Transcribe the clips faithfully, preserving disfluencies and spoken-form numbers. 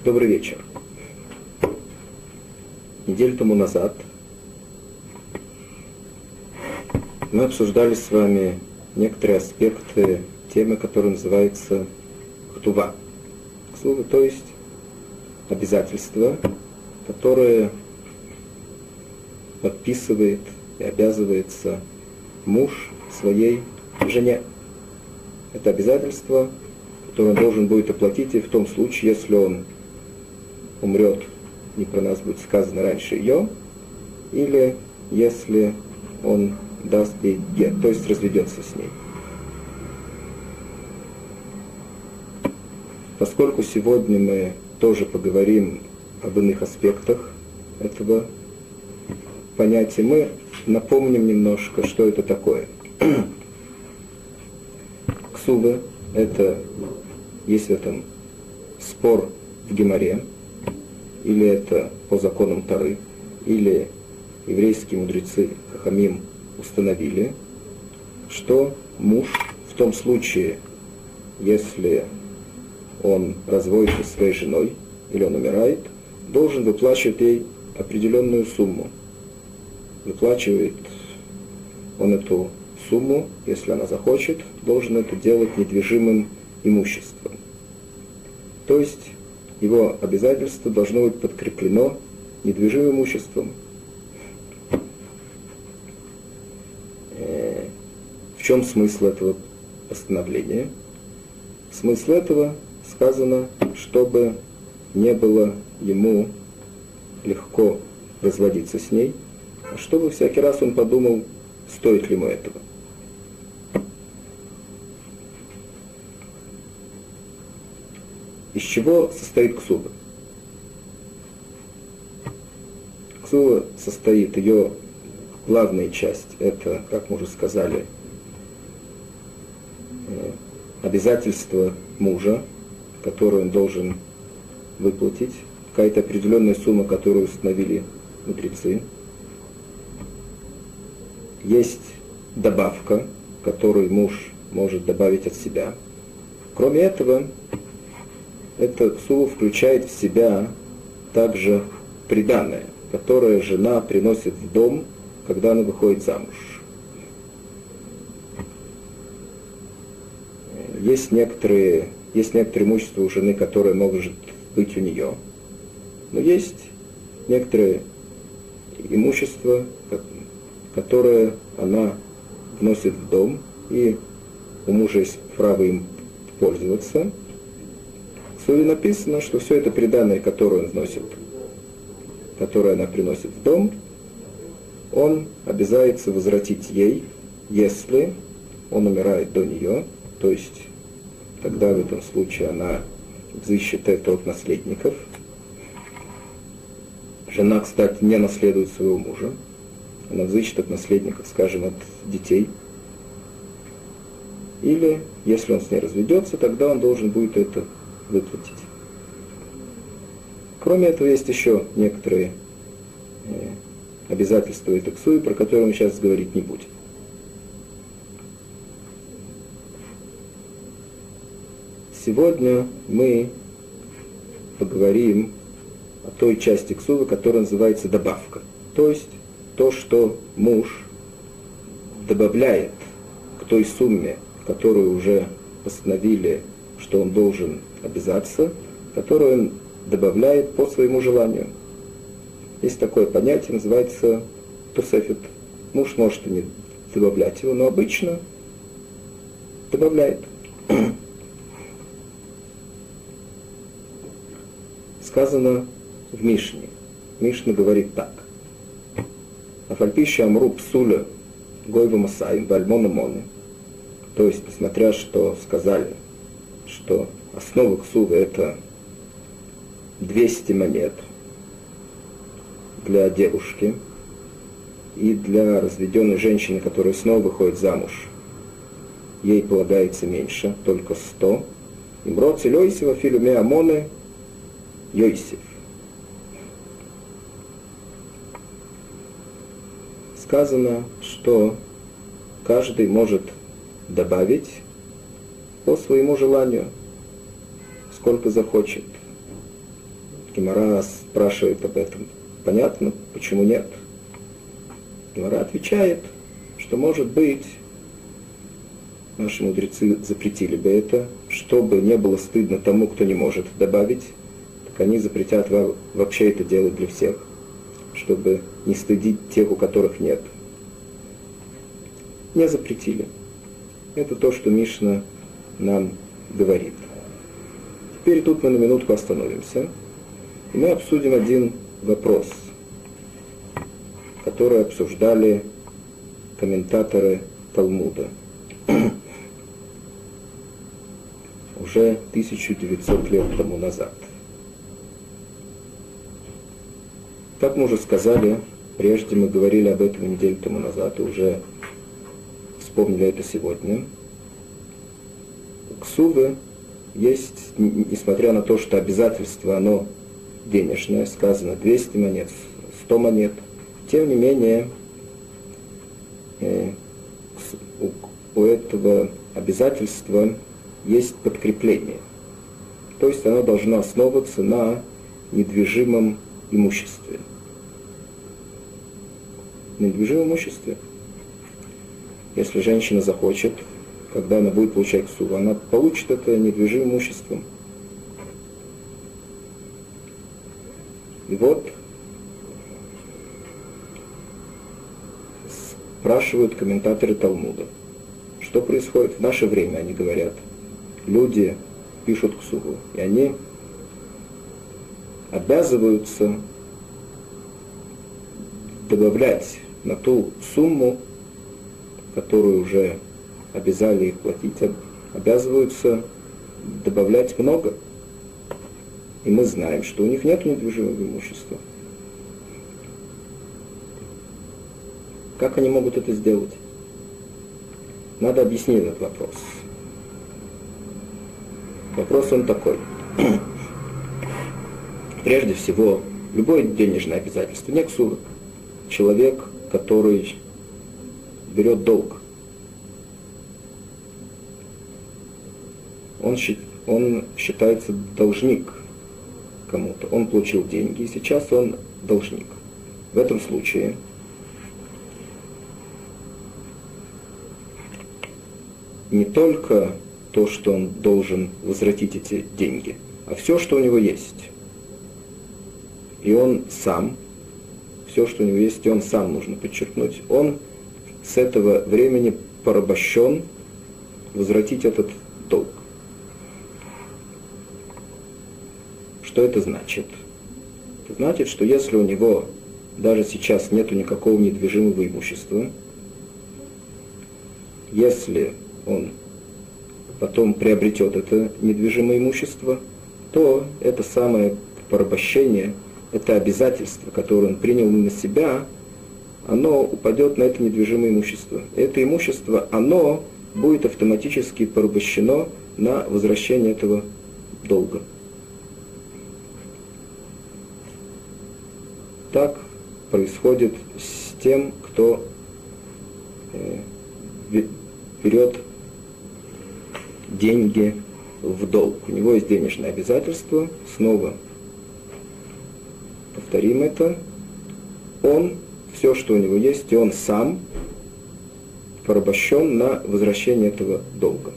Добрый вечер. Неделю тому назад мы обсуждали с вами некоторые аспекты темы, которая называется ктува. Ктува, то есть обязательства, которые подписывает и обязывается муж своей жене. Это обязательство, которое он должен будет оплатить и в том случае, если он умрет, не про нас будет сказано раньше ее, или если он даст ей гет, то есть разведется с ней. Поскольку сегодня мы тоже поговорим об иных аспектах этого понятия, мы напомним немножко, что это такое. Ксува – это, есть в этом спор в Гемаре, или это по законам Торы, или еврейские мудрецы Хахамим установили, что муж в том случае, если он разводится со своей женой, или он умирает, должен выплачивать ей определенную сумму. Выплачивает он эту сумму, если она захочет, должен это делать недвижимым имуществом. То есть его обязательство должно быть подкреплено недвижимым имуществом. В чем смысл этого постановления? Смысл этого сказано, чтобы не было ему легко разводиться с ней, а чтобы всякий раз он подумал, стоит ли ему этого. Из чего состоит ксува? Ксува состоит, ее главная часть, это, как мы уже сказали, обязательство мужа, которое он должен выплатить, какая-то определенная сумма, которую установили мудрецы. Есть добавка, которую муж может добавить от себя. Кроме этого, эта ксува включает в себя также приданое, которое жена приносит в дом, когда она выходит замуж. Есть некоторые, есть некоторые имущества у жены, которое может быть у нее. Но есть некоторые имущество, которое она вносит в дом, и у мужа есть право им пользоваться. В Ксуве написано, что все это приданое, которое он вносит, которое она приносит в дом, он обязается возвратить ей, если он умирает до нее, то есть тогда в этом случае она взыщет это от наследников. Жена, кстати, не наследует своего мужа, она взыщет от наследников, скажем, от детей. Или, если он с ней разведется, тогда он должен будет это выплатить. Кроме этого, есть еще некоторые э, обязательства этой ксувы, про которые мы сейчас говорить не будем. Сегодня мы поговорим о той части ксувы, которая называется добавка. То есть то, что муж добавляет к той сумме, которую уже постановили, что он должен обязаться, которую он добавляет по своему желанию. Есть такое понятие, называется тосефет. Муж может и не добавлять его, но обычно добавляет. Сказано в Мишне. Мишна говорит так. Афальпища амру псуля гойва масаим вальмона моны. То есть, несмотря что сказали, что основа ксувы это двести монет для девушки и для разведенной женщины, которая снова выходит замуж, ей полагается меньше, только сто. Имроци лёйсева филюме амоны Йосиф. Сказано, что каждый может добавить по своему желанию, сколько захочет. Гемара спрашивает об этом. Понятно, почему нет? Гемара отвечает, что, может быть, наши мудрецы запретили бы это, чтобы не было стыдно тому, кто не может добавить, так они запретят вообще это делать для всех, чтобы не стыдить тех, у которых нет. Не запретили. Это то, что Мишна нам говорит. Теперь тут мы на минутку остановимся, и мы обсудим один вопрос, который обсуждали комментаторы Талмуда уже тысячу девятьсот лет тому назад. Как мы уже сказали, прежде мы говорили об этом неделю тому назад, и уже вспомнили это сегодня. У ксувы есть, несмотря на то, что обязательство, оно денежное, сказано двести монет, сто монет, тем не менее э, у, у этого обязательства есть подкрепление. То есть оно должно основываться на недвижимом имуществе. На недвижимом имуществе. Если женщина захочет, когда она будет получать ксуву, она получит это недвижимым имуществом. И вот спрашивают комментаторы Талмуда, что происходит в наше время, они говорят. Люди пишут ксуву, и они обязываются добавлять на ту сумму, которую уже обязали их платить, обязываются добавлять много. И мы знаем, что у них нет недвижимого имущества. Как они могут это сделать? Надо объяснить этот вопрос. Вопрос он такой. Прежде всего, любое денежное обязательство, не ксува, человек, который берет долг, он, он считается должник кому-то. Он получил деньги, и сейчас он должник. В этом случае не только то, что он должен возвратить эти деньги, а все, что у него есть. И он сам, все, что у него есть, и он сам, нужно подчеркнуть, он с этого времени порабощен возвратить этот долг. Что это значит? Это значит, что если у него даже сейчас нету никакого недвижимого имущества, если он потом приобретет это недвижимое имущество, то это самое порабощение, это обязательство, которое он принял на себя, оно упадет на это недвижимое имущество. Это имущество, оно будет автоматически порабощено на возвращение этого долга. Так происходит с тем, кто э, берет деньги в долг. У него есть денежное обязательство, снова повторим это, он, все, что у него есть, и он сам порабощен на возвращение этого долга.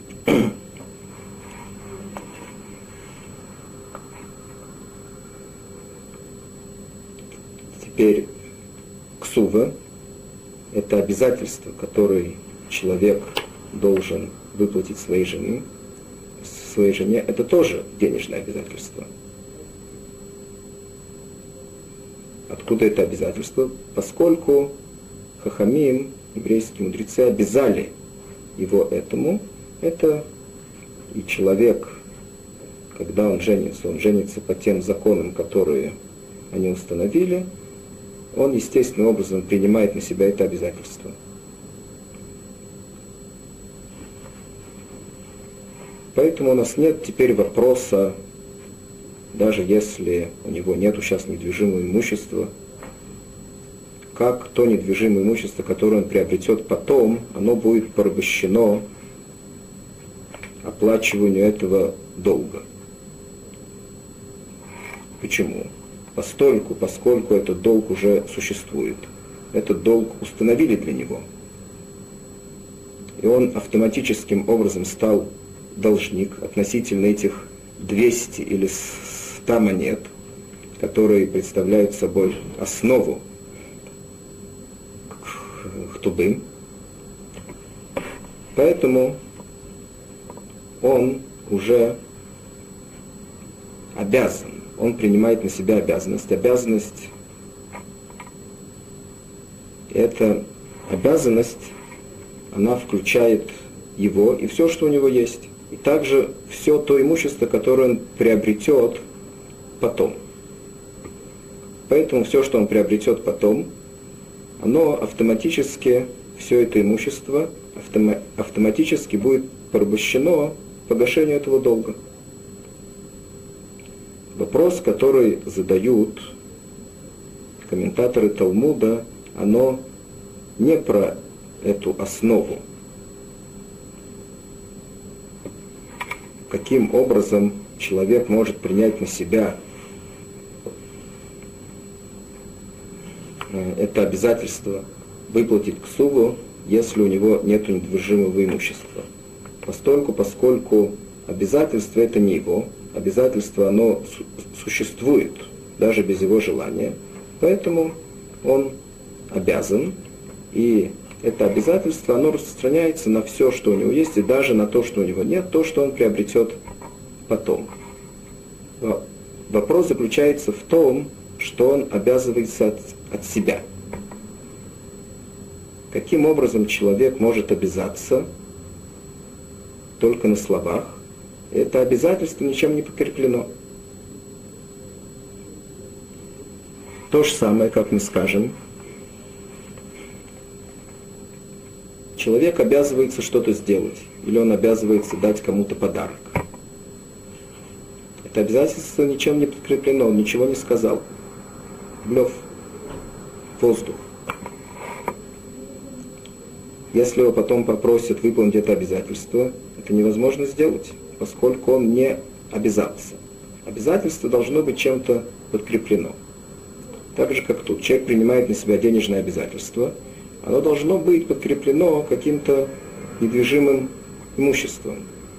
Теперь ксува – это обязательство, которое человек должен выплатить своей жене, своей жене, это тоже денежное обязательство. Откуда это обязательство? Поскольку хахамим, еврейские мудрецы, обязали его этому, это и человек, когда он женится, он женится по тем законам, которые они установили, он естественным образом принимает на себя это обязательство. Поэтому у нас нет теперь вопроса, даже если у него нет сейчас недвижимого имущества, как то недвижимое имущество, которое он приобретет потом, оно будет порабощено оплачиванию этого долга. Почему? Постольку, поскольку этот долг уже существует. Этот долг установили для него. И он автоматическим образом стал должник относительно этих двухсот или ста монет, которые представляют собой основу хтубы. Поэтому он уже обязан, он принимает на себя обязанность. Обязанность – эта обязанность, она включает его и все, что у него есть, и также все то имущество, которое он приобретет потом. Поэтому все, что он приобретет потом, оно автоматически, все это имущество автома- автоматически будет порабощено погашению этого долга. Вопрос, который задают комментаторы Талмуда, оно не про эту основу. Каким образом человек может принять на себя это обязательство выплатить ксуву, если у него нет недвижимого имущества. Постольку, поскольку обязательство это не его, обязательство оно существует даже без его желания, поэтому он обязан, и это обязательство, оно распространяется на все, что у него есть, и даже на то, что у него нет, то, что он приобретет потом. Вопрос заключается в том, что он обязывается от, от себя. Каким образом человек может обязаться только на словах? Это обязательство ничем не подкреплено. То же самое, как мы скажем, человек обязывается что-то сделать, или он обязывается дать кому-то подарок. Это обязательство ничем не подкреплено, он ничего не сказал. Блеф, воздух. Если его потом попросят выполнить это обязательство, это невозможно сделать, поскольку он не обязался. Обязательство должно быть чем-то подкреплено. Так же, как тут. Человек принимает на себя денежное обязательство, оно должно быть подкреплено каким-то недвижимым имуществом,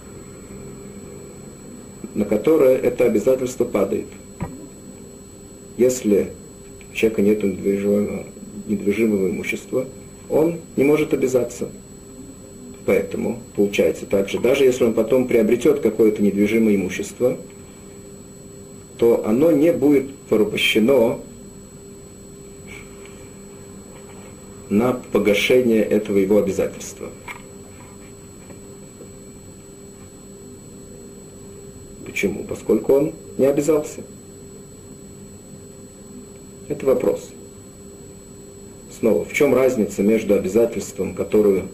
на которое это обязательство падает. Если у человека нет недвижимого, недвижимого имущества, он не может обязаться. Поэтому получается так же, даже если он потом приобретет какое-то недвижимое имущество, то оно не будет порабощено на погашение этого его обязательства. Почему? Поскольку он не обязался. Это вопрос. Снова, в чем разница между обязательством, которое,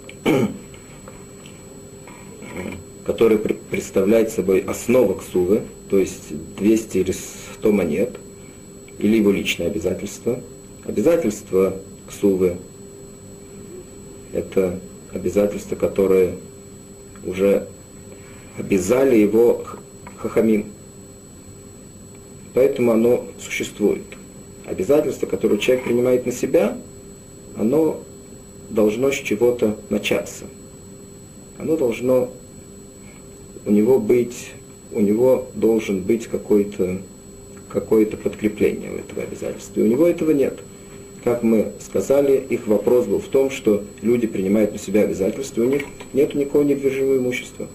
которое представляет собой основу ксувы, то есть двести или сто монет, или его личное обязательство? Обязательство ксувы – это обязательство, которое уже обязали его хахамим. Поэтому оно существует. Обязательство, которое человек принимает на себя, оно должно с чего-то начаться. Оно должно, у него быть, у него должен быть какое-то, какое-то подкрепление у этого обязательства. И у него этого нет. Как мы сказали, их вопрос был в том, что люди принимают на себя обязательства, у них нет никакого недвижимого имущества.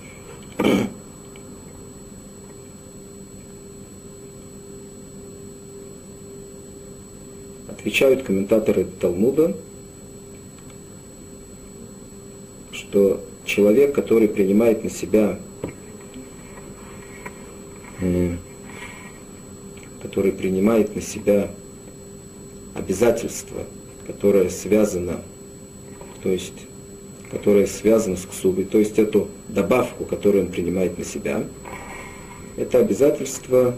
Отвечают комментаторы Талмуда, что человек, который принимает на себя, который принимает на себя обязательство, которое связано, то есть, которое связано с ксувой, то есть эту добавку, которую он принимает на себя, это обязательство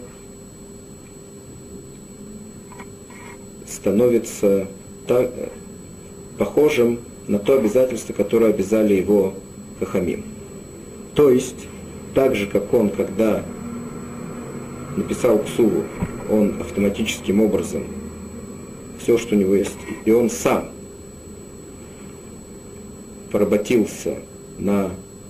становится так, похожим на то обязательство, которое обязали его хахамим. То есть, так же, как он, когда написал ксуву, он автоматическим образом, все, что у него есть, и он сам поработился на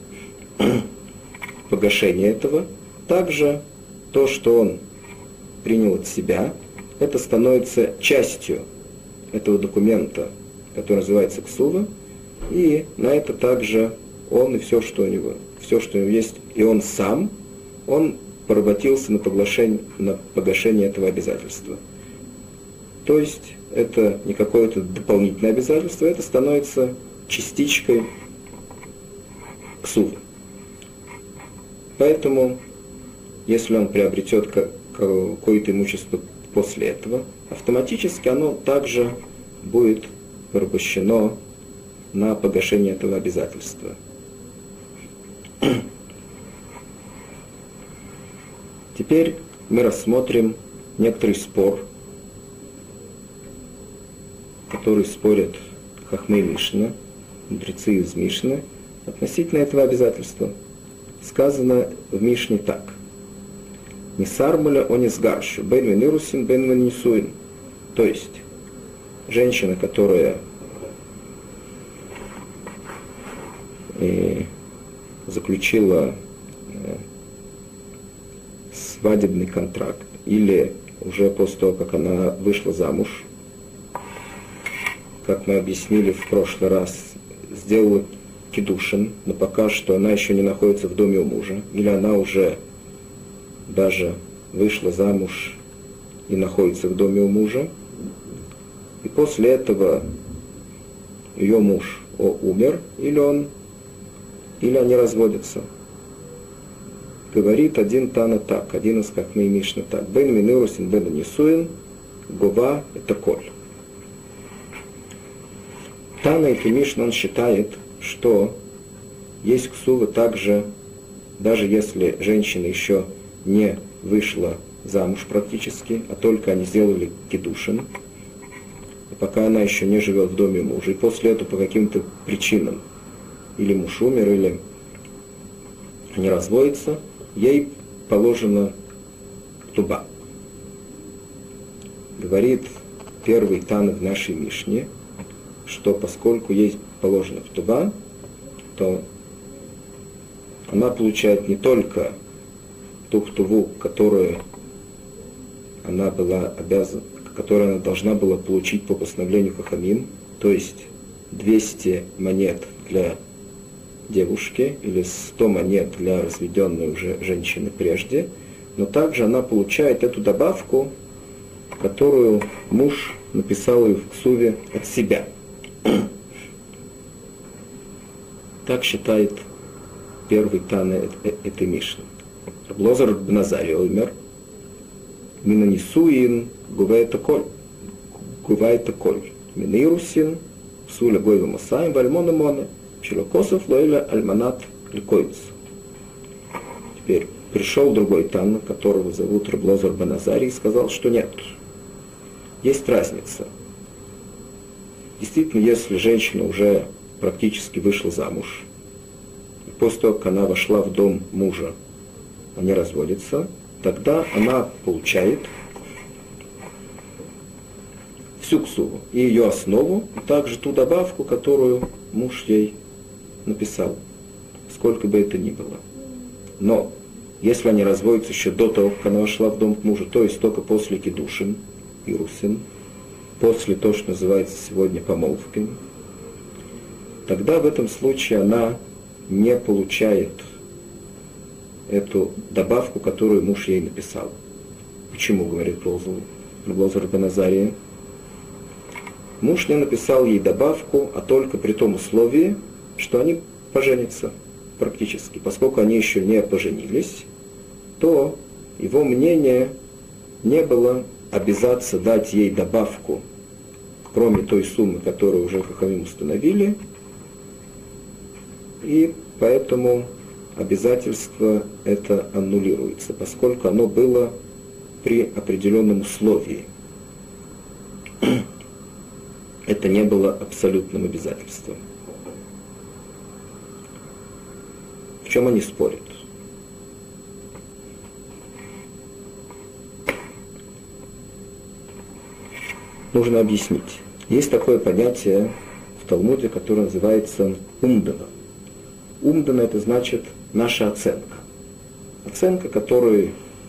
погашение этого, также то, что он принял от себя, это становится частью этого документа, который называется ксува, и на это также он и все, что у него, все, что у него есть, и он сам, он поработился на погашение, на погашение этого обязательства. То есть это не какое-то дополнительное обязательство, это становится частичкой ксувы. Поэтому, если он приобретет какое-то имущество после этого, автоматически оно также будет порабощено на погашение этого обязательства. Теперь мы рассмотрим некоторый спор, который спорят Хахмей Мишна, мудрецы из Мишны, относительно этого обязательства. Сказано в Мишне так. Нисармуля онисгаршу, бен венирусин, бен венисуин. То есть, женщина, которая э, заключила э, свадебный контракт, или уже после того, как она вышла замуж, как мы объяснили в прошлый раз, сделала кидушин, но пока что она еще не находится в доме у мужа, или она уже даже вышла замуж и находится в доме у мужа, и после этого ее муж о, умер, или он, или они разводятся. Говорит один Тана так, один из Хахмей Мишна так. Бен минурусин бен нисуин, гова это коль. Тана и Мишна, он считает, что есть ксува также, даже если женщина еще не вышла замуж практически, а только они сделали кидушин, пока она еще не живет в доме мужа, и после этого по каким-то причинам, или муж умер, или они разводятся, ей положена ктуба. Говорит первый Тана в нашей Мишне, что поскольку ей положена ктуба, то она получает не только ту ктуву, которую она была обязана, которую она должна была получить по постановлению Хахамим, то есть двести монет для девушки или сто монет для разведенной уже женщины прежде, но также она получает эту добавку, которую муж написал ей в ксуве от себя. Так считает первый Тана этой Мишны. Раблозар бен Азария умер. Мина нисуин гувайта коль. Гувайта коль. Мина ирусин псуля гойва масаим вальмона мона. Шилокосов лоэля альманат ликоиц. Теперь пришел другой Тана, которого зовут Раблозар бен Азария, и сказал, что нет. Есть разница. Действительно, если женщина уже практически вышла замуж, и после того, как она вошла в дом мужа, они разводятся, тогда она получает всю ксуву, и ее основу, и также ту добавку, которую муж ей написал, сколько бы это ни было. Но если они разводятся еще до того, как она вошла в дом мужа, то есть только после кидушин, ирусин, после того, что называется сегодня помолвкой, тогда в этом случае она не получает эту добавку, которую муж ей написал. Почему, говорит Раблозар бен Азария? Муж не написал ей добавку, а только при том условии, что они поженятся практически. Поскольку они еще не поженились, то его мнение не было обязаться дать ей добавку, кроме той суммы, которую уже Хахамим установили, и поэтому обязательство это аннулируется, поскольку оно было при определенном условии. Это не было абсолютным обязательством. В чем они спорят? нужно объяснить. Есть такое понятие в Талмуде, которое называется умдана. Умдана — это значит наша оценка. Оценка, которую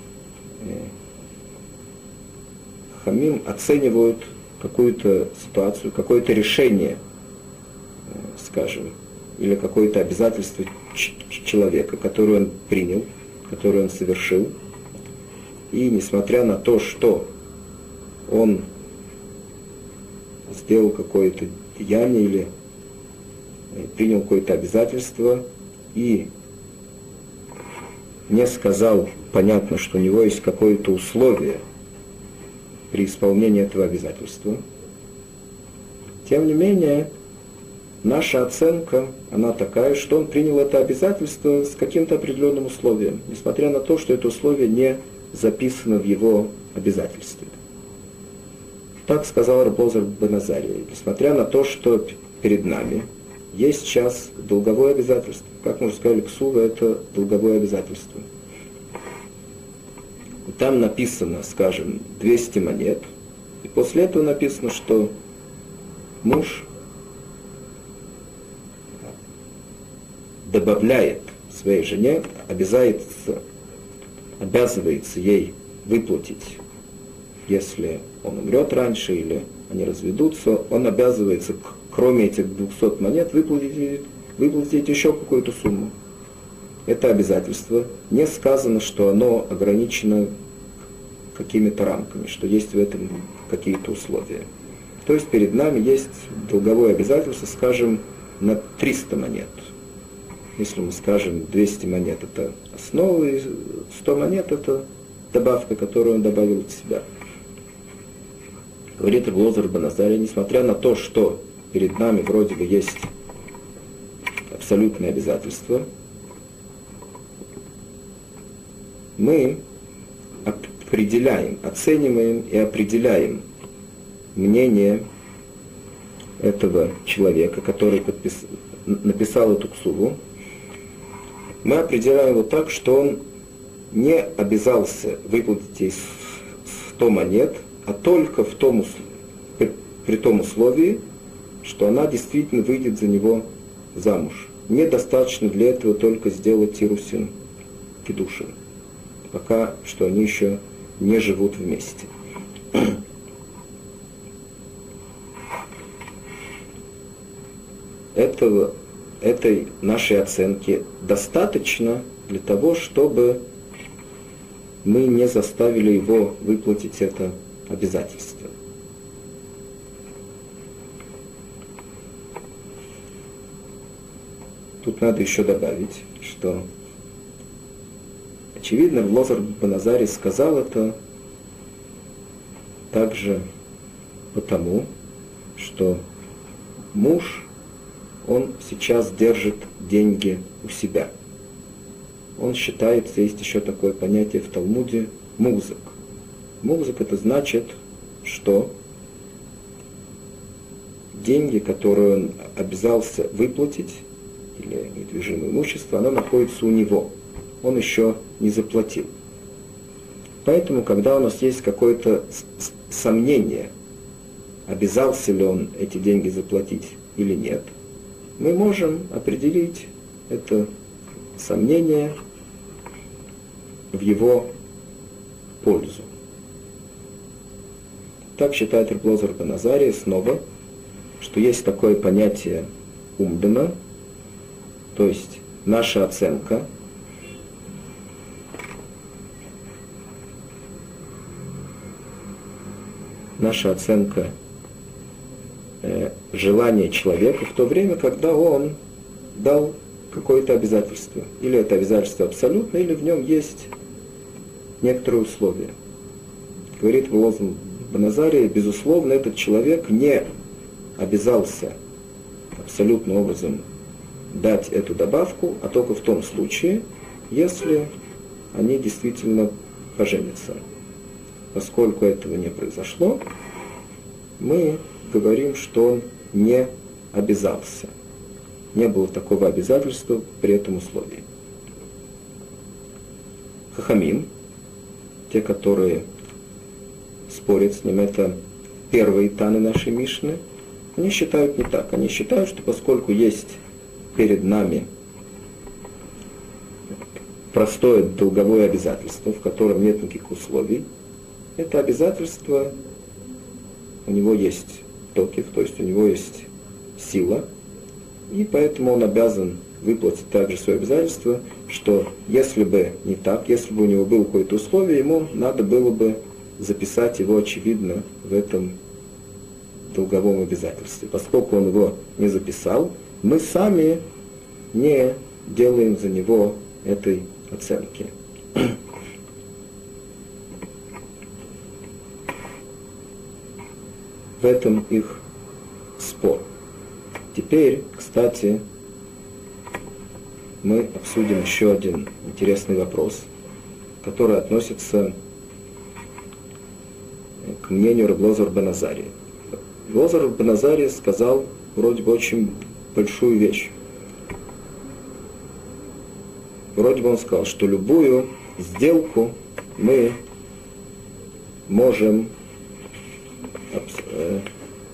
хамим оценивают какую-то ситуацию, какое-то решение, скажем, или какое-то обязательство человека, которое он принял, которое он совершил. И несмотря на то, что он сделал какое-то деяние или принял какое-то обязательство и не сказал, понятно, что у него есть какое-то условие при исполнении этого обязательства, тем не менее, наша оценка, она такая, что он принял это обязательство с каким-то определенным условием, несмотря на то, что это условие не записано в его обязательстве. Так сказал Рав Лозер бен Азария, несмотря на то, что перед нами есть сейчас долговое обязательство. Как мы уже сказали, ксува — это долговое обязательство. Там написано, скажем, двести монет, и после этого написано, что муж добавляет своей жене, обязается, обязывается ей выплатить, если он умрет раньше или они разведутся, он обязывается, кроме этих двухсот монет, выплатить, выплатить еще какую-то сумму. Это обязательство. Не сказано, что оно ограничено какими-то рамками, что есть в этом какие-то условия. То есть перед нами есть долговое обязательство, скажем, на триста монет. Если мы скажем, двести монет это основа, и сто монет это добавка, которую он добавил от себя. Говорит Рав Лозер бен Азария, несмотря на то, что перед нами вроде бы есть абсолютное обязательство, мы определяем, оцениваем и определяем мнение этого человека, который подпис... написал эту ксуву. Мы определяем его так, что он не обязался выплатить ей сто монет, а только в том, при, при том условии, что она действительно выйдет за него замуж. Недостаточно для этого только сделать ирусин кидушин, пока что они еще не живут вместе. Этого, этой нашей оценки достаточно для того, чтобы мы не заставили его выплатить это обязательство. Тут надо еще добавить, что очевидно, Рав Лозер бен Азария сказал это также потому, что муж, он сейчас держит деньги у себя. Он считается, есть еще такое понятие в Талмуде, мухзак. Мухзак — это значит, что деньги, которые он обязался выплатить, или недвижимое имущество, оно находится у него. Он еще не заплатил. Поэтому, когда у нас есть какое-то сомнение, обязался ли он эти деньги заплатить или нет, мы можем определить это сомнение в его пользу. Так считает Рав Лозер бен Азария снова, что есть такое понятие умдана, то есть наша оценка, наша оценка э, желания человека в то время, когда он дал какое-то обязательство. Или это обязательство абсолютно, или в нем есть некоторые условия. Говорит Рав Лозер бен Азария, безусловно, этот человек не обязался абсолютным образом дать эту добавку, а только в том случае, если они действительно поженятся. Поскольку этого не произошло, мы говорим, что он не обязался. Не было такого обязательства при этом условии. Хахамим, те, которые спорят с ним, это первые Таны нашей Мишны, они считают не так. Они считают, что поскольку есть перед нами простое долговое обязательство, в котором нет никаких условий, это обязательство, у него есть токив, то есть у него есть сила, и поэтому он обязан выплатить также свое обязательство, что если бы не так, если бы у него было какое-то условие, ему надо было бы записать его, очевидно, в этом долговом обязательстве. Поскольку он его не записал, мы сами не делаем за него этой оценки. В этом их спор. Теперь, кстати, мы обсудим еще один интересный вопрос, который относится к мнению Рав Элиэзер бен Азарии. Рав Элиэзер бен Азарии сказал вроде бы очень большую вещь. Вроде бы он сказал, что любую сделку мы можем э,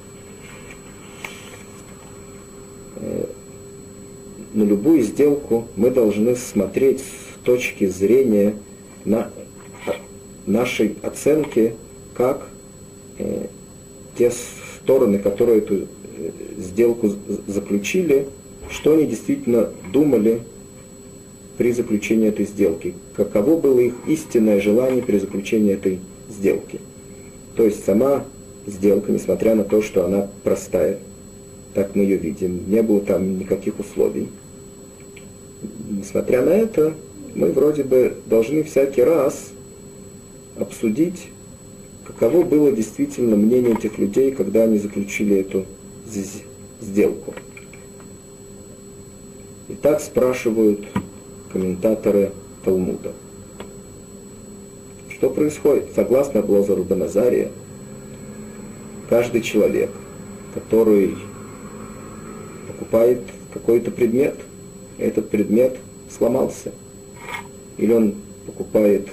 э, на любую сделку мы должны смотреть с точки зрения на нашей оценки, как э, те стороны, которые эту э, сделку заключили, что они действительно думали при заключении этой сделки, каково было их истинное желание при заключении этой сделки. То есть сама сделка, несмотря на то, что она простая, так мы ее видим, не было там никаких условий. Несмотря на это, мы вроде бы должны всякий раз обсудить, каково было действительно мнение этих людей, когда они заключили эту сделку. И так спрашивают комментаторы Талмуда. Что происходит? Согласно Рав Элиэзеру бен Азарии, каждый человек, который покупает какой-то предмет, этот предмет сломался, или он покупает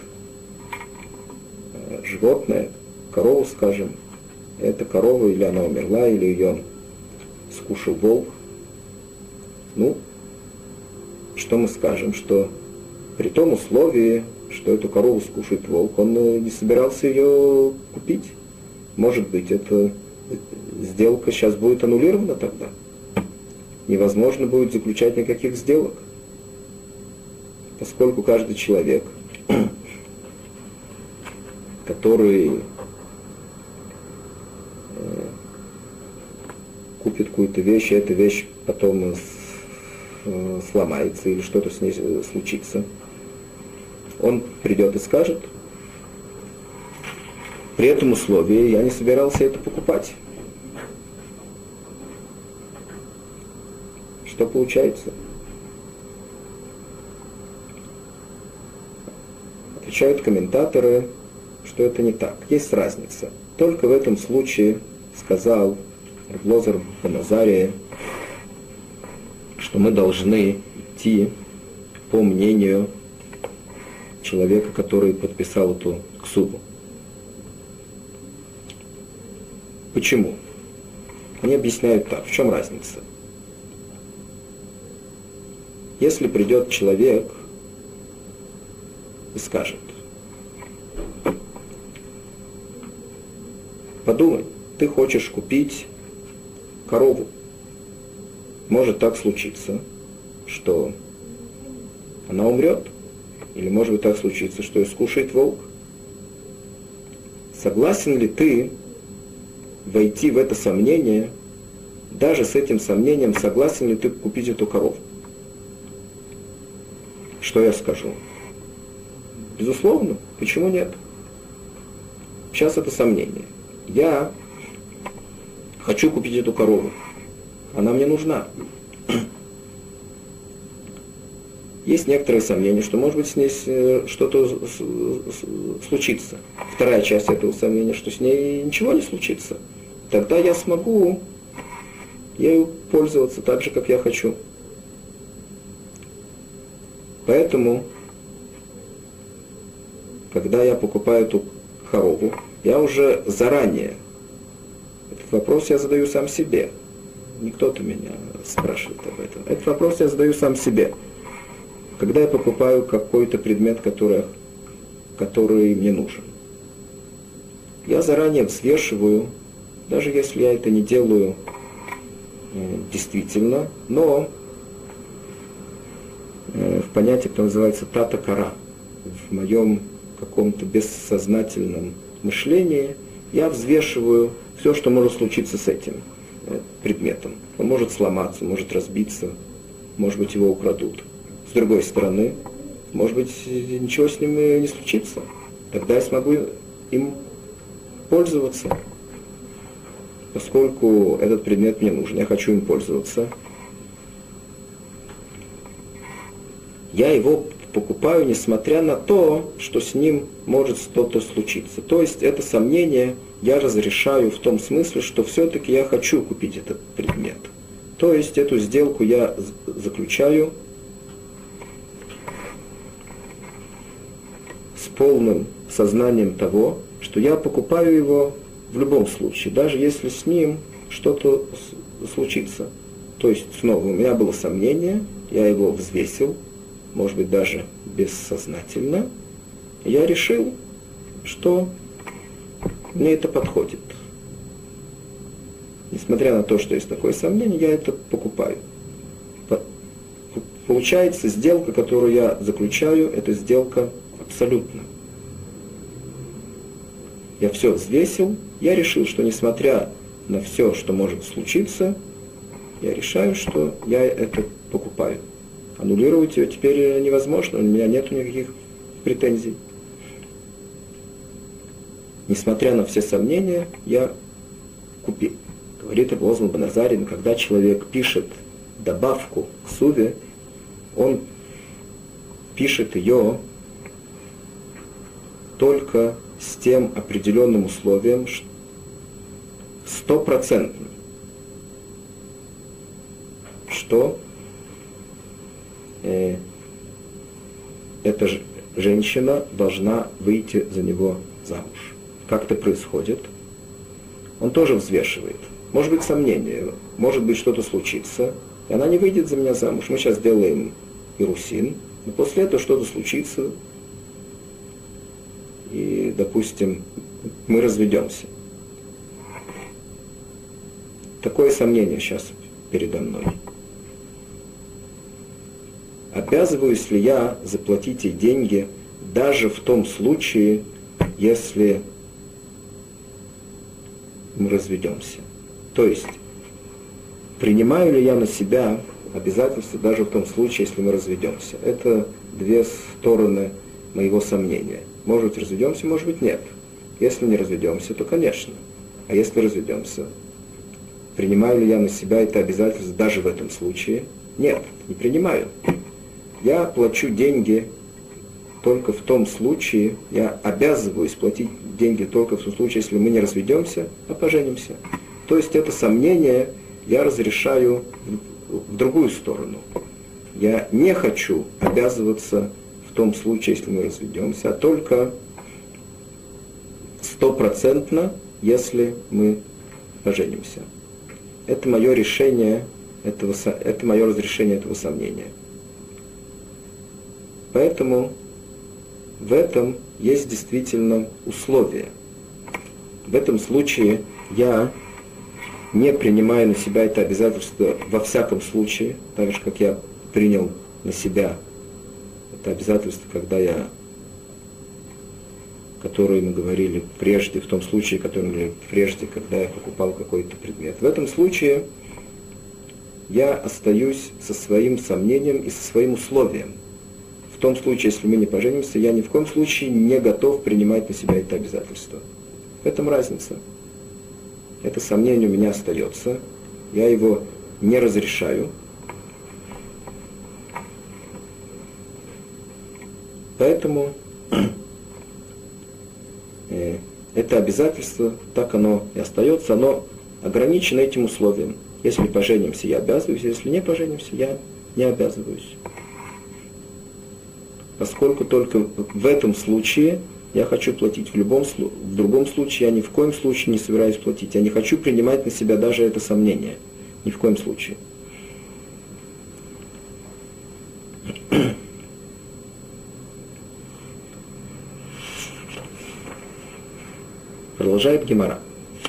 э, животное, корову, скажем, эта корова, или она умерла, или ее скушал волк, ну, что мы скажем, что при том условии, что эту корову скушает волк, он не собирался ее купить. Может быть, эта сделка сейчас будет аннулирована тогда. Невозможно будет заключать никаких сделок, поскольку каждый человек, который купит какую-то вещь, и эта вещь потом сломается или что-то с ней случится, он придет и скажет: при этом условии я не собирался это покупать. Что получается? Отвечают комментаторы, что это не так. Есть разница. Только в этом случае сказал Рав Элиэзер бен Азарии, что мы должны идти по мнению человека, который подписал эту ксубу. Почему? Они объясняют так. В чем разница? Если придет человек и скажет: подумай, ты хочешь купить корову. Может так случиться, что она умрет. Или может быть так случится, что ее скушает волк. Согласен ли ты войти в это сомнение, даже с этим сомнением, согласен ли ты купить эту корову? Что я скажу? Безусловно, почему нет? Сейчас это сомнение. Я хочу купить эту корову. Она мне нужна. Есть некоторые сомнения, что может быть с ней что-то случится. Вторая часть этого сомнения, что с ней ничего не случится. Тогда я смогу ею пользоваться так же, как я хочу. Поэтому, когда я покупаю эту корову, я уже заранее Этот вопрос я задаю сам себе. Не кто-то меня спрашивает об этом. Этот вопрос я задаю сам себе. Когда я покупаю какой-то предмет, который, который мне нужен, я заранее взвешиваю, даже если я это не делаю э, действительно, но э, в понятии, которое называется тата-кара, в моем каком-то бессознательном мышлении, я взвешиваю все, что может случиться с этим э, предметом. Он может сломаться, может разбиться, может быть, его украдут. С другой стороны, может быть, ничего с ним не случится. Тогда я смогу им пользоваться, поскольку этот предмет мне нужен, я хочу им пользоваться. Я его покупаю, несмотря на то, что с ним может что-то случиться. То есть это сомнение я разрешаю в том смысле, что все-таки я хочу купить этот предмет. То есть эту сделку я заключаю с полным сознанием того, что я покупаю его в любом случае, даже если с ним что-то случится. То есть снова у меня было сомнение, я его взвесил, может быть даже бессознательно, и я решил, что мне это подходит. Несмотря на то, что есть такое сомнение, я это покупаю. Получается, сделка, которую я заключаю, это сделка абсолютно. Я все взвесил, я решил, что несмотря на все, что может случиться, я решаю, что я это покупаю. Аннулировать ее теперь невозможно, у меня нет никаких претензий. Несмотря на все сомнения, я купил. Говорит Рав Лозан бен Азарин, когда человек пишет добавку к суве, он пишет ее только с тем определенным условием, стопроцентно, что э, эта ж, женщина должна выйти за него замуж. Как это происходит? Он тоже взвешивает. Может быть сомнение, может быть что-то случится, и она не выйдет за меня замуж. Мы сейчас делаем ирусин, но после этого что-то случится, и, допустим, мы разведемся. Такое сомнение сейчас передо мной. Обязываюсь ли я заплатить ей деньги даже в том случае, если мы разведемся? То есть, принимаю ли я на себя обязательства даже в том случае, если мы разведемся? Это две стороны моего сомнения. Может быть, разведемся, может быть, нет. Если не разведемся, то, конечно. А если разведемся, принимаю ли я на себя это обязательство даже в этом случае? Нет, не принимаю. Я плачу деньги только в том случае, я обязываюсь платить деньги только в том случае, если мы не разведемся, а поженимся. То есть это сомнение я разрешаю в другую сторону. Я не хочу обязываться в том случае, если мы разведемся, а только стопроцентно, если мы поженимся. Это мое решение, этого, это мое разрешение этого сомнения. Поэтому в этом есть действительно условия. В этом случае я не принимаю на себя это обязательство во всяком случае, так же, как я принял на себя это обязательство, когда я, которое мы говорили прежде, в том случае, который мы говорили прежде, когда я покупал какой-то предмет. В этом случае я остаюсь со своим сомнением и со своим условием. В том случае, если мы не поженимся, я ни в коем случае не готов принимать на себя это обязательство. В этом разница. Это сомнение у меня остается, я его не разрешаю. Поэтому э, это обязательство, так оно и остается, оно ограничено этим условием. Если поженимся, я обязываюсь, если не поженимся, я не обязываюсь. Поскольку только в этом случае я хочу платить в любом случае, в другом случае я ни в коем случае не собираюсь платить. Я не хочу принимать на себя даже это сомнение. Ни в коем случае. Продолжает Гемара.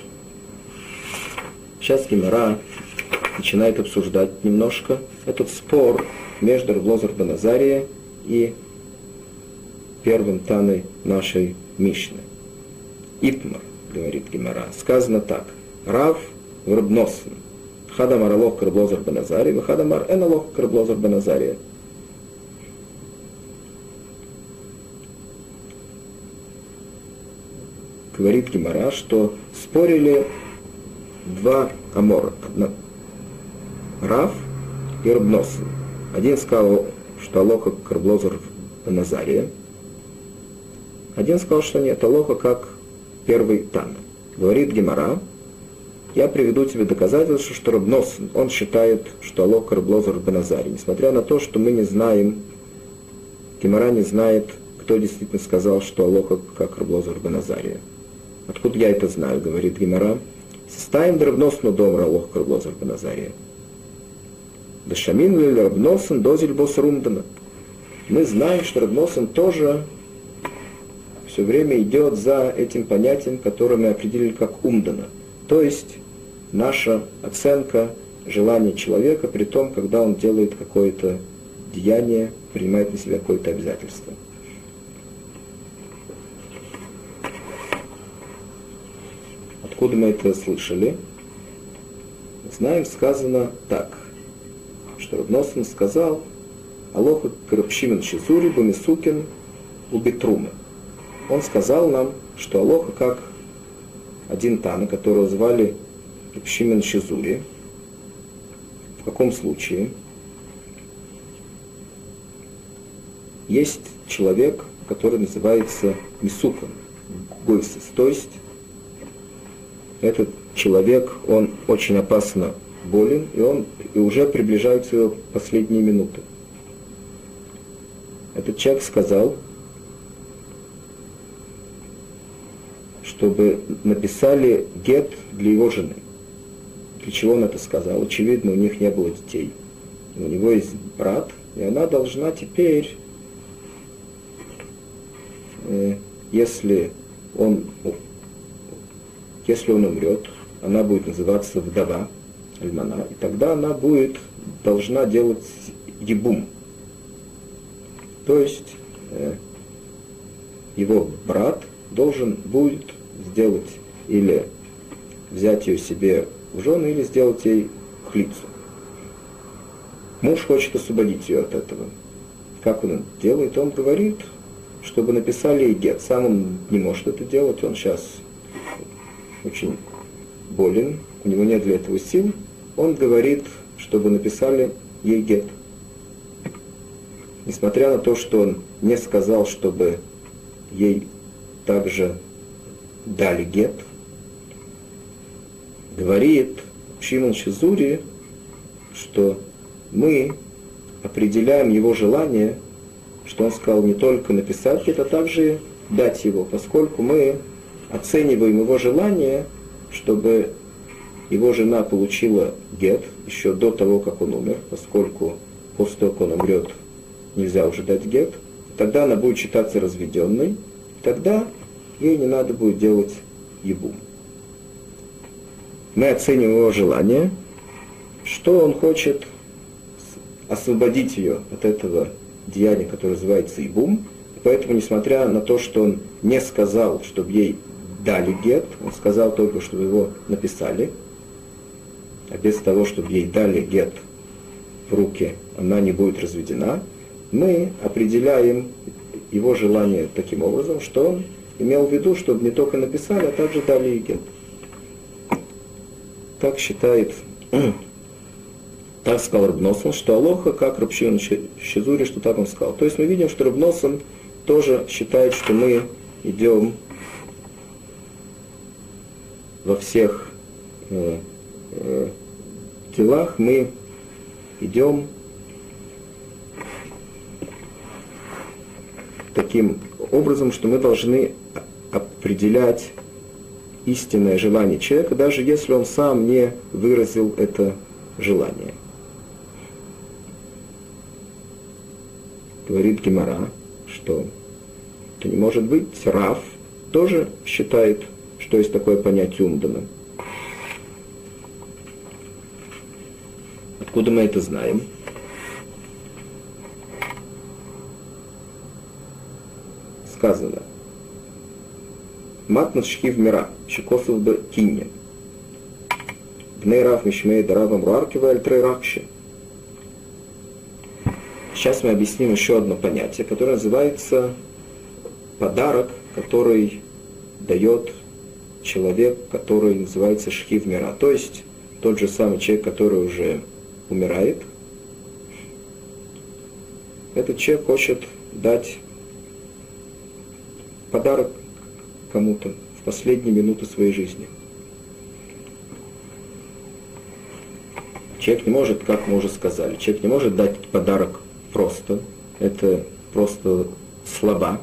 Сейчас Гемара начинает обсуждать немножко этот спор между Рав Лозер бен Азария и первым Таной нашей Мишны. Итмар, говорит Гемара, сказано так. Рав в Раб Носон. Хадамар алох к Рав Лозер бен Азария, вахадамар эн алох к Рав Лозер бен Азария. Говорит Гемара, что спорили два амора. Рав и Раб Носон. Один сказал, что алоха как Рав Лозер бен Азария. Один сказал, что нет, алоха как первый Тана. Говорит Гемара, я приведу тебе доказательство, что Раб Носон, он считает, что алоха Рав Лозер бен Азария. Несмотря на то, что мы не знаем, Гемара не знает, кто действительно сказал, что алоха как Рав Лозер бен Азария. Откуда я это знаю, говорит Гемара. Составим Рав Носон дом алоха как Рав Лозер бен Азария. Дашамин ли Рав Носон дозель бос румдана. Мы знаем, что Рав Носон тоже все время идет за этим понятием, которое мы определили как умдана. То есть наша оценка желания человека при том, когда он делает какое-то деяние, принимает на себя какое-то обязательство. Откуда мы это слышали? Знаем, сказано так, что Рав Носон сказал алоха Раб Шимон Шизури бамисукин убитрумы. Он сказал нам, что алоха как один Тана, которого звали Раб Шимон Шизури. В каком случае? Есть человек, который называется Мисукан, Гойсис, то есть этот человек, он очень опасно болен, и он и уже приближаются его последние минуты. Этот человек сказал, чтобы написали гет для его жены. Для чего он это сказал? Очевидно, у них не было детей. У него есть брат, и она должна теперь, э, если он Если он умрет, она будет называться вдова, альмана, и тогда она будет, должна делать ебум. То есть э, его брат должен будет сделать или взять ее себе в жены, или сделать ей хлицу. Муж хочет освободить ее от этого. Как он это делает? Он говорит, чтобы написали ей гет. Сам он не может это делать, он сейчас очень болен, у него нет для этого сил, он говорит, чтобы написали ей гет. Несмотря на то, что он не сказал, чтобы ей также дали гет, говорит Шимон Шизури, что мы определяем его желание, что он сказал не только написать гет, а также дать его, поскольку мы оцениваем его желание, чтобы его жена получила гет еще до того, как он умер, поскольку после того, как он умрет, нельзя уже дать гет, тогда она будет считаться разведенной, тогда ей не надо будет делать ебум. Мы оцениваем его желание, что он хочет освободить ее от этого деяния, которое называется ебум, поэтому, несмотря на то, что он не сказал, чтобы ей дали гет, он сказал только, чтобы его написали, а без того, чтобы ей дали гет в руки, она не будет разведена, мы определяем его желание таким образом, что он имел в виду, чтобы не только написали, а также дали ей гет. Так считает, так сказал Рав Носон, что алоха как Раб Шимон Шизури, что так он сказал. То есть мы видим, что Рав Носон тоже считает, что мы идем во всех э, э, делах, мы идем таким образом, что мы должны определять истинное желание человека, даже если он сам не выразил это желание. Говорит Гемара, что это не может быть. Рав тоже считает, что есть такое понятие умдана. Откуда мы это знаем? Сказано. Матнат шхив мира, шикосов б кинья. Бней рав мишмей даравам руаркива альтрей ракши. Сейчас мы объясним еще одно понятие, которое называется подарок, который дает человек, который называется шхив мира. То есть тот же самый человек, который уже умирает. Этот человек хочет дать подарок кому-то в последние минуты своей жизни. Человек не может, как мы уже сказали, человек не может дать подарок просто. Это просто слаба.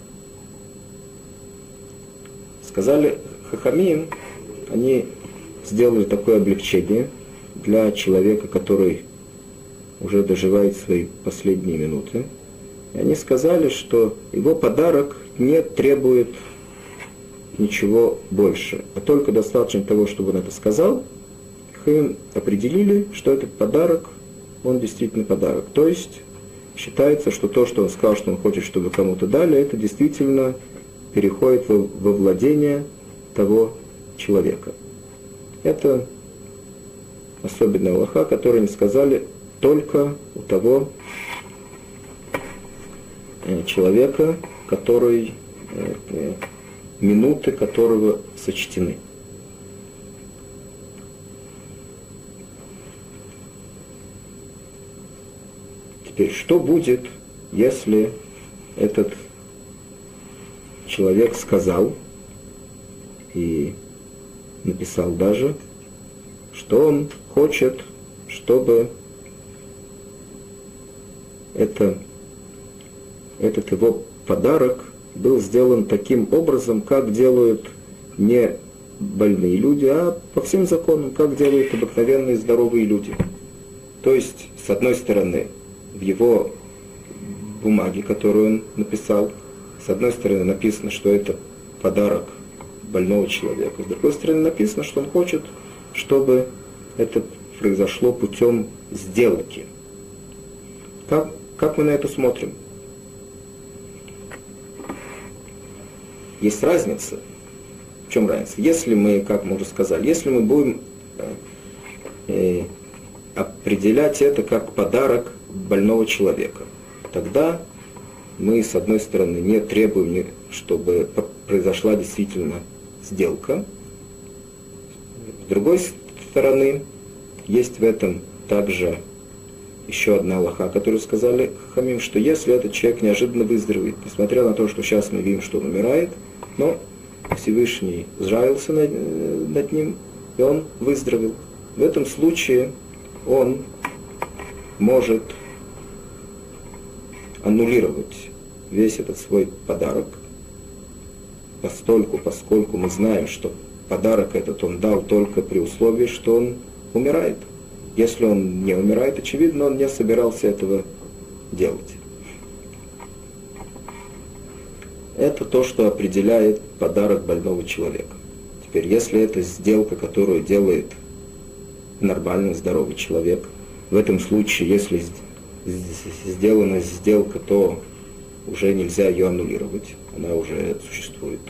Сказали хахамим, они сделали такое облегчение для человека, который уже доживает свои последние минуты. И они сказали, что его подарок не требует ничего больше, а только достаточно того, чтобы он это сказал. Хахамим определили, что этот подарок, он действительно подарок. То есть считается, что то, что он сказал, что он хочет, чтобы кому-то дали, это действительно переходит во, во владение того человека. Это особенная алаха, которую они сказали только у того э, человека, который, э, э, минуты которого сочтены. Теперь, что будет, если этот человек сказал и написал даже, что он хочет, чтобы это, этот его подарок был сделан таким образом, как делают не больные люди, а по всем законам, как делают обыкновенные здоровые люди. То есть, с одной стороны, в его бумаге, которую он написал, с одной стороны написано, что это подарок больного человека, с другой стороны написано, что он хочет, чтобы это произошло путем сделки. Как, как мы на это смотрим? Есть разница. В чем разница? Если мы, как мы уже сказали, если мы будем э, э, определять это как подарок больного человека, тогда мы, с одной стороны, не требуем, чтобы произошла действительно сделка. С другой стороны, есть в этом также еще одна алаха, которую сказали хахамим, что если этот человек неожиданно выздоровеет, несмотря на то, что сейчас мы видим, что он умирает, но Всевышний сжалился над, над ним, и он выздоровел. В этом случае он может аннулировать весь этот свой подарок, постольку, поскольку мы знаем, что подарок этот он дал только при условии, что он умирает. Если он не умирает, очевидно, он не собирался этого делать. Это то, что определяет подарок больного человека. Теперь, если это сделка, которую делает нормальный, здоровый человек, в этом случае, если сделана сделка, то уже нельзя ее аннулировать, она уже существует.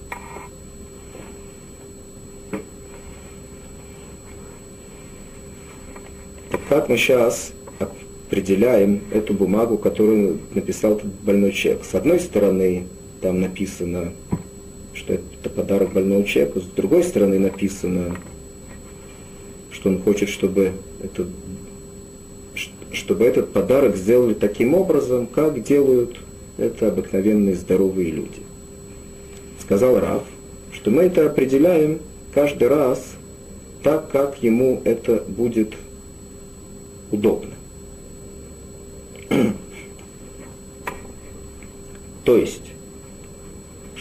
Так как мы сейчас определяем эту бумагу, которую написал этот больной человек? С одной стороны, там написано, что это подарок больного человека, с другой стороны написано, что он хочет, чтобы это чтобы этот подарок сделали таким образом, как делают это обыкновенные здоровые люди. Сказал Рав, что мы это определяем каждый раз так, как ему это будет удобно. То есть,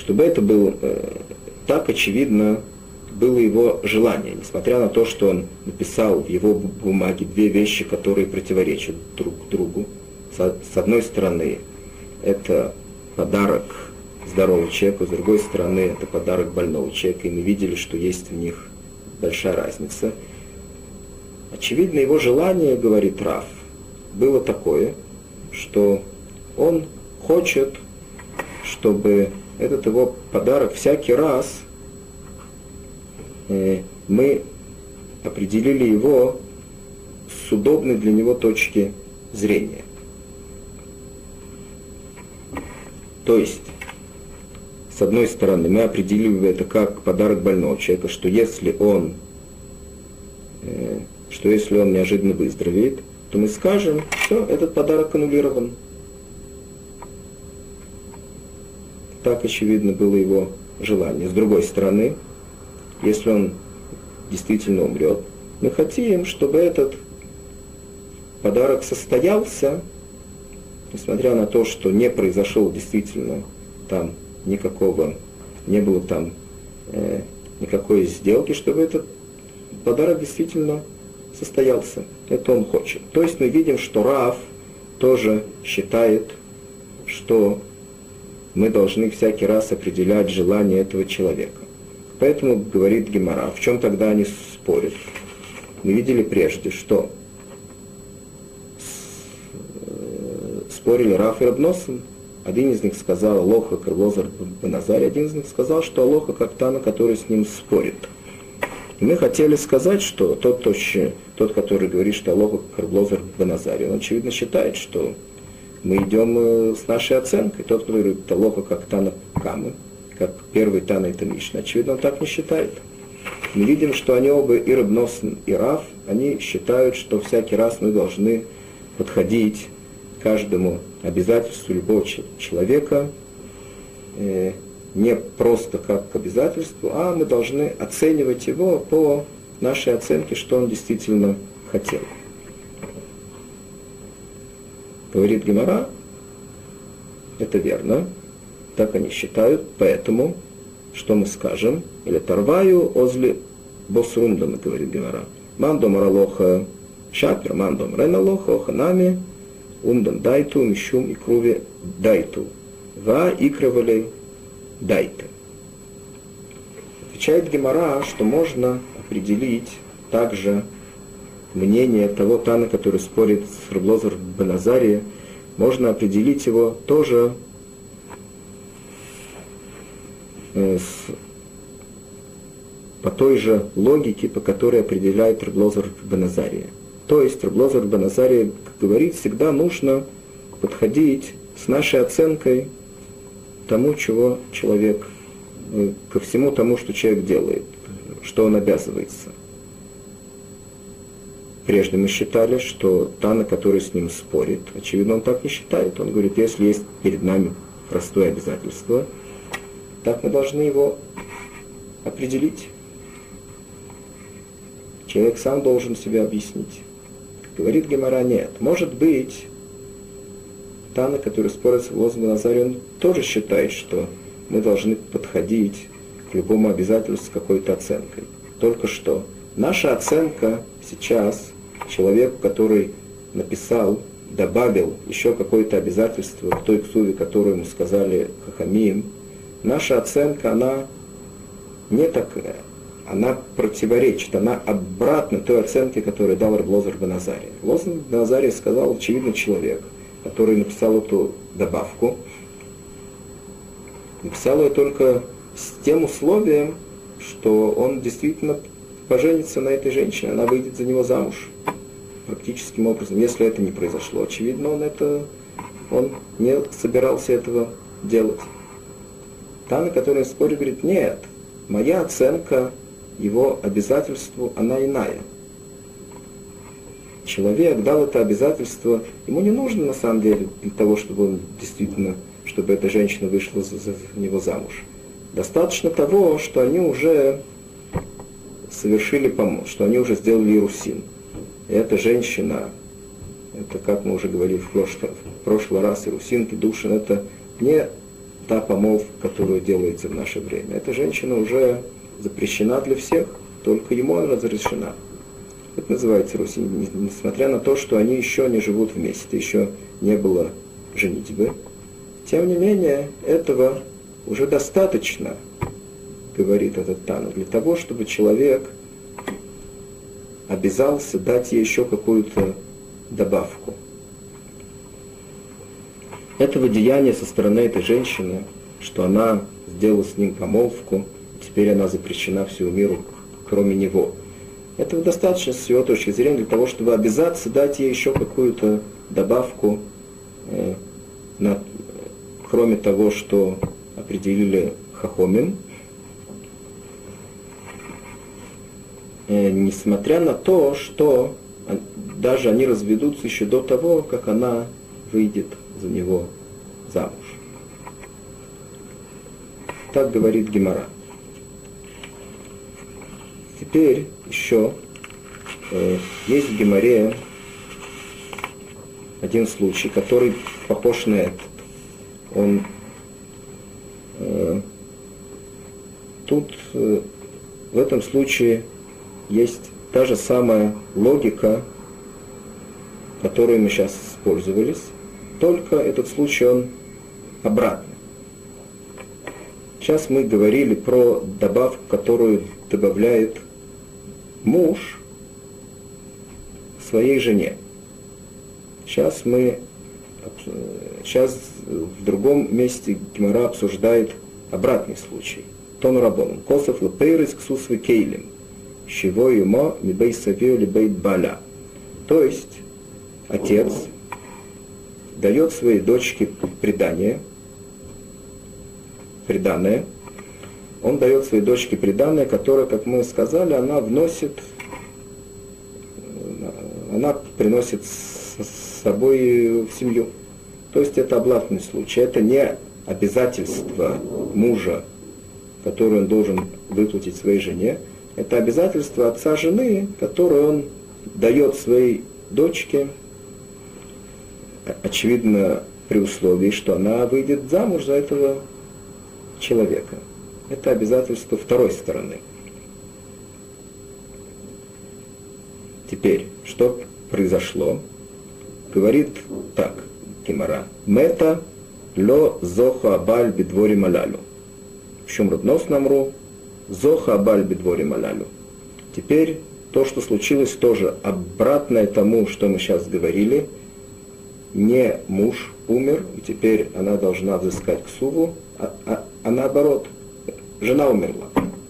чтобы это было э, так очевидно, было его желание, несмотря на то, что он написал в его бумаге две вещи, которые противоречат друг другу. С одной стороны, это подарок здорового человека, с другой стороны, это подарок больного человека, и мы видели, что есть в них большая разница. Очевидно, его желание, говорит Рав, было такое, что он хочет, чтобы этот его подарок всякий раз э, мы определили его с удобной для него точки зрения. То есть, с одной стороны, мы определили это как подарок больного человека, что если он, э, что если он неожиданно выздоровеет, то мы скажем, что этот подарок аннулирован. Так, очевидно, было его желание. С другой стороны, если он действительно умрет, мы хотим, чтобы этот подарок состоялся, несмотря на то, что не произошел действительно там никакого, не было там э, никакой сделки, чтобы этот подарок действительно состоялся. Это он хочет. То есть мы видим, что Рав тоже считает, что мы должны всякий раз определять желание этого человека. Поэтому говорит Гемара, в чем тогда они спорят? Мы видели прежде, что спорили Рав и Раб Носон. Один из них сказал Алоха как Рав Лозар бен Азария, один из них сказал, что Алоха как Тана, который с ним спорит. И мы хотели сказать, что тот, тот, тот который говорит, что Алоха как Рав Лозар бен Азария, он очевидно считает, что мы идем с нашей оценкой. Тот, кто говорит Алоха как Тана Камы, как первый Тана это Мишна, очевидно, он так не считает. Мы видим, что они оба, и Раб Носон, и Рав, они считают, что всякий раз мы должны подходить каждому обязательству любого человека э, не просто как к обязательству, а мы должны оценивать его по нашей оценке, что он действительно хотел. Говорит Гемара, это верно, так они считают, поэтому, что мы скажем, или Тарваю озли босрундам, говорит Гемара, мандом ралоха шапер, мандом реналоха оханами, умдам дайту, мишум и круви дайту, ва икрывали дайте. Отвечает Гемара, что можно определить также мнение того Тана, который спорит с Рав Лозар бен Азария, можно определить его тоже э, с, по той же логике, по которой определяет Рав Лозар бен Азария. То есть Рав Лозар бен Азария говорит, всегда нужно подходить с нашей оценкой тому, чего человек, ко всему тому, что человек делает, что он обязывается. Прежде мы считали, что Тана, который с ним спорит, очевидно, он так не считает. Он говорит, если есть перед нами простое обязательство, так мы должны его определить. Человек сам должен себя объяснить. Говорит Гемара, нет. Может быть, Тана, который спорит с Рав Лозар бен Азария, он тоже считает, что мы должны подходить к любому обязательству с какой-то оценкой. Только что наша оценка сейчас человеку, который написал, добавил еще какое-то обязательство к той ксуве, которую ему сказали хахамим, наша оценка, она не такая. Она противоречит, она обратна той оценке, которую дал Рав Лозар бен Азария. Рав Лозар бен Азария сказал, очевидно, человек, который написал эту добавку, написал ее только с тем условием, что он действительно поженится на этой женщине, она выйдет за него замуж практическим образом. Если это не произошло, очевидно, он, это, он не собирался этого делать. Тана, который спорит, говорит, нет, моя оценка его обязательству, она иная. Человек дал это обязательство, ему не нужно на самом деле для того, чтобы он действительно, чтобы эта женщина вышла за, за него замуж. Достаточно того, что они уже совершили помощь, что они уже сделали ирусин. И эта женщина, это, как мы уже говорили в прошлый, в прошлый раз, ирусин, кидушин, это не та помолвка, которая делается в наше время. Эта женщина уже запрещена для всех, только ему она разрешена. Это называется Русь, несмотря на то, что они еще не живут вместе, еще не было женитьбы. Тем не менее, этого уже достаточно, говорит этот Тана, для того, чтобы человек обязался дать ей еще какую-то добавку. Этого деяния со стороны этой женщины, что она сделала с ним помолвку, теперь она запрещена всему миру, кроме него. Этого достаточно с его точки зрения для того, чтобы обязаться дать ей еще какую-то добавку, э, на, кроме того, что определили хахомим, э, несмотря на то, что даже они разведутся еще до того, как она выйдет за него замуж. Так говорит Гемара. Теперь еще э, есть в Гемаре один случай, который похож на этот. Он э, тут э, в этом случае есть та же самая логика, которой мы сейчас использовались, только этот случай он обратный. Сейчас мы говорили про добавку, которую добавляет муж своей жене. Сейчас мы, сейчас в другом месте Гемара обсуждает обратный случай. Тон рабоном. Косов лапейрис ксус векейлем. Шиво юмо мибей савио либей баля. То есть, отец дает своей дочке предание, преданное, он дает своей дочке преданное, которое, как мы сказали, она вносит, она приносит с собой в семью. То есть это обратный случай. Это не обязательство мужа, которое он должен выплатить своей жене. Это обязательство отца жены, которое он дает своей дочке, очевидно, при условии, что она выйдет замуж за этого человека. Это обязательство второй стороны. Теперь, что произошло? Говорит так Гемара. Мета ло зоха абаль бедвори малалю. В чем роднос намру? Зоха абаль бедвори малалю. Теперь то, что случилось, тоже обратное тому, что мы сейчас говорили. Не муж умер, и теперь она должна взыскать ксуву, а, а, а наоборот, жена умерла.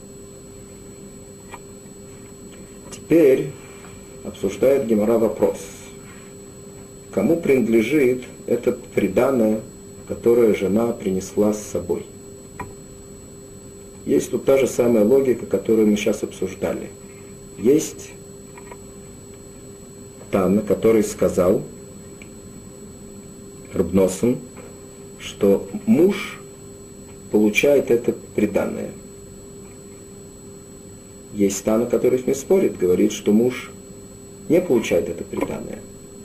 Теперь обсуждает Гемара вопрос. Кому принадлежит это приданое, которое жена принесла с собой? Есть тут та же самая логика, которую мы сейчас обсуждали. Есть Тана, который сказал, Рабносом, что муж получает это приданое. Есть Тана, который с ним спорит, говорит, что муж не получает это приданое.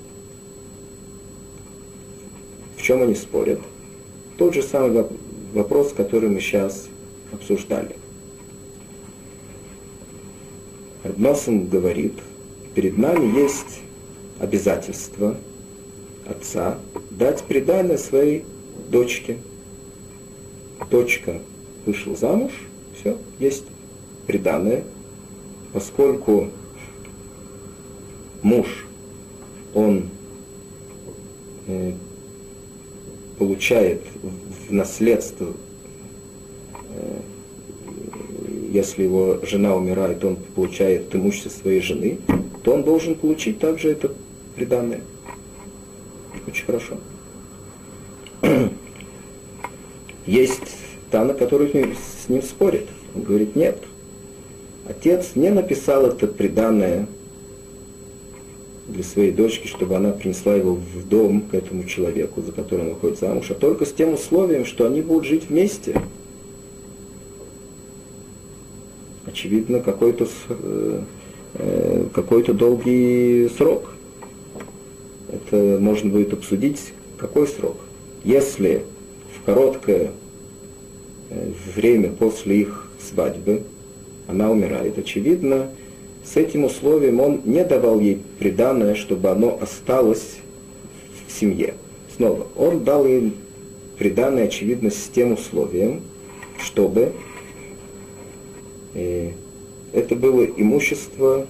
В чем они спорят? Тот же самый вопрос, который мы сейчас обсуждали. Рабносом говорит, перед нами есть обязательство отца дать приданое своей дочке. Дочка вышла замуж, все, есть приданое. Поскольку муж, он э, получает в наследство, э, если его жена умирает, он получает имущество своей жены, то он должен получить также это приданое. Очень хорошо. Есть Тана, который с ним спорит. Он говорит, нет, отец не написал это приданое для своей дочки, чтобы она принесла его в дом к этому человеку, за которым он выходит замуж, а только с тем условием, что они будут жить вместе. Очевидно, какой-то, какой-то долгий срок. Это можно будет обсудить, какой срок. Если в короткое время после их свадьбы, она умирает, очевидно, с этим условием он не давал ей приданое, чтобы оно осталось в семье. Снова, он дал ей приданое, очевидно, с тем условием, чтобы э, это было имущество,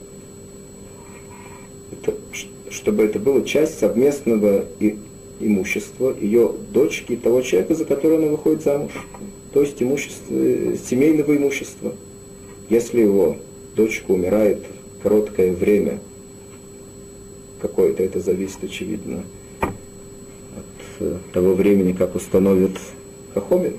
это, чтобы это было часть совместного и, имущества ее дочки и того человека, за которого она выходит замуж. То есть имущество, семейного имущества. Если его дочка умирает короткое время, какое-то это зависит, очевидно, от того времени, как установит Хахомин.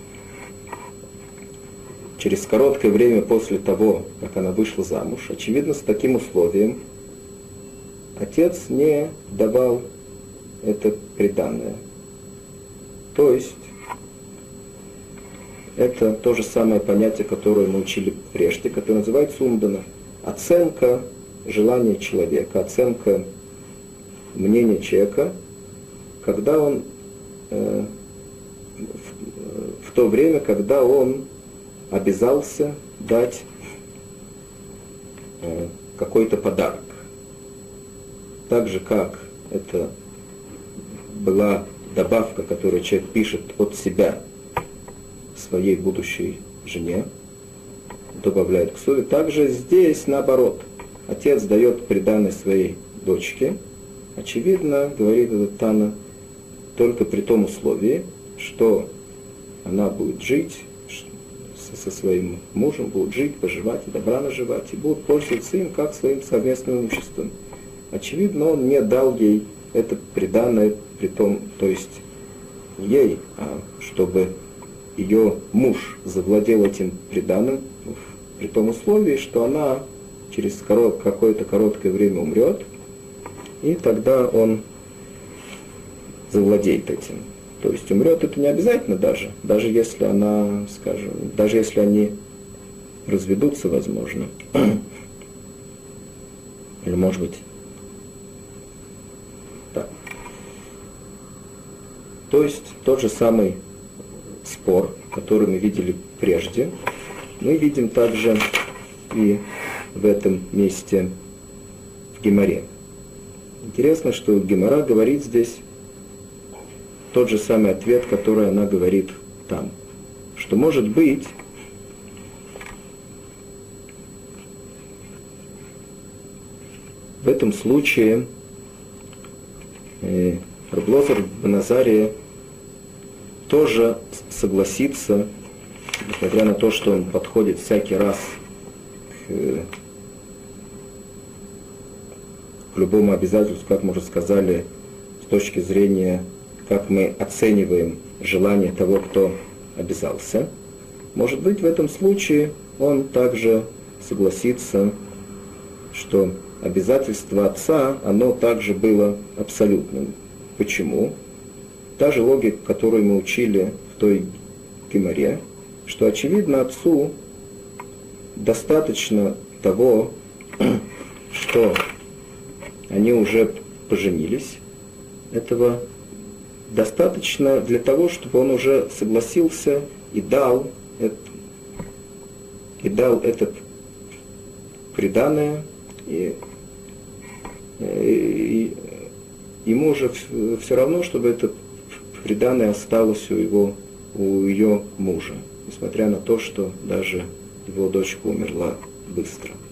Через короткое время после того, как она вышла замуж, очевидно, с таким условием, отец не давал это приданное. То есть, это то же самое понятие, которое мы учили прежде, которое называется умдана. Оценка желания человека, оценка мнения человека, когда он, э, в, в то время, когда он обязался дать э, какой-то подарок. Так же, как это была добавка, которую человек пишет от себя своей будущей жене, добавляет к суде. Также здесь наоборот. Отец дает приданое своей дочке. Очевидно, говорит этот Тана, только при том условии, что она будет жить со своим мужем, будет жить, поживать и добра наживать, и будут пользоваться им как своим совместным имуществом. Очевидно, он не дал ей это приданое, при том, то есть не ей, а чтобы ее муж завладел этим приданым, при том условии, что она через корот, какое-то короткое время умрет, и тогда он завладеет этим. То есть умрет это не обязательно даже, даже если она, скажем, даже если они разведутся, возможно. Или может быть так. То есть тот же самый спор, который мы видели прежде, мы видим также и в этом месте в Гемаре. Интересно, что Гемара говорит здесь тот же самый ответ, который она говорит там. Что может быть, в этом случае э, Рав Лозер бен Азария тоже согласится, несмотря на то, что он подходит всякий раз к, к любому обязательству, как мы уже сказали, с точки зрения, как мы оцениваем желание того, кто обязался. Может быть, в этом случае он также согласится, что обязательство отца, оно также было абсолютным. Почему? Та же логика, которую мы учили в той Гемаре, что, очевидно, отцу достаточно того, что они уже поженились, этого достаточно для того, чтобы он уже согласился и дал, это, и дал это приданое, и, и, и ему уже все равно, чтобы это приданое осталось у его, у ее мужа, несмотря на то, что даже его дочка умерла быстро.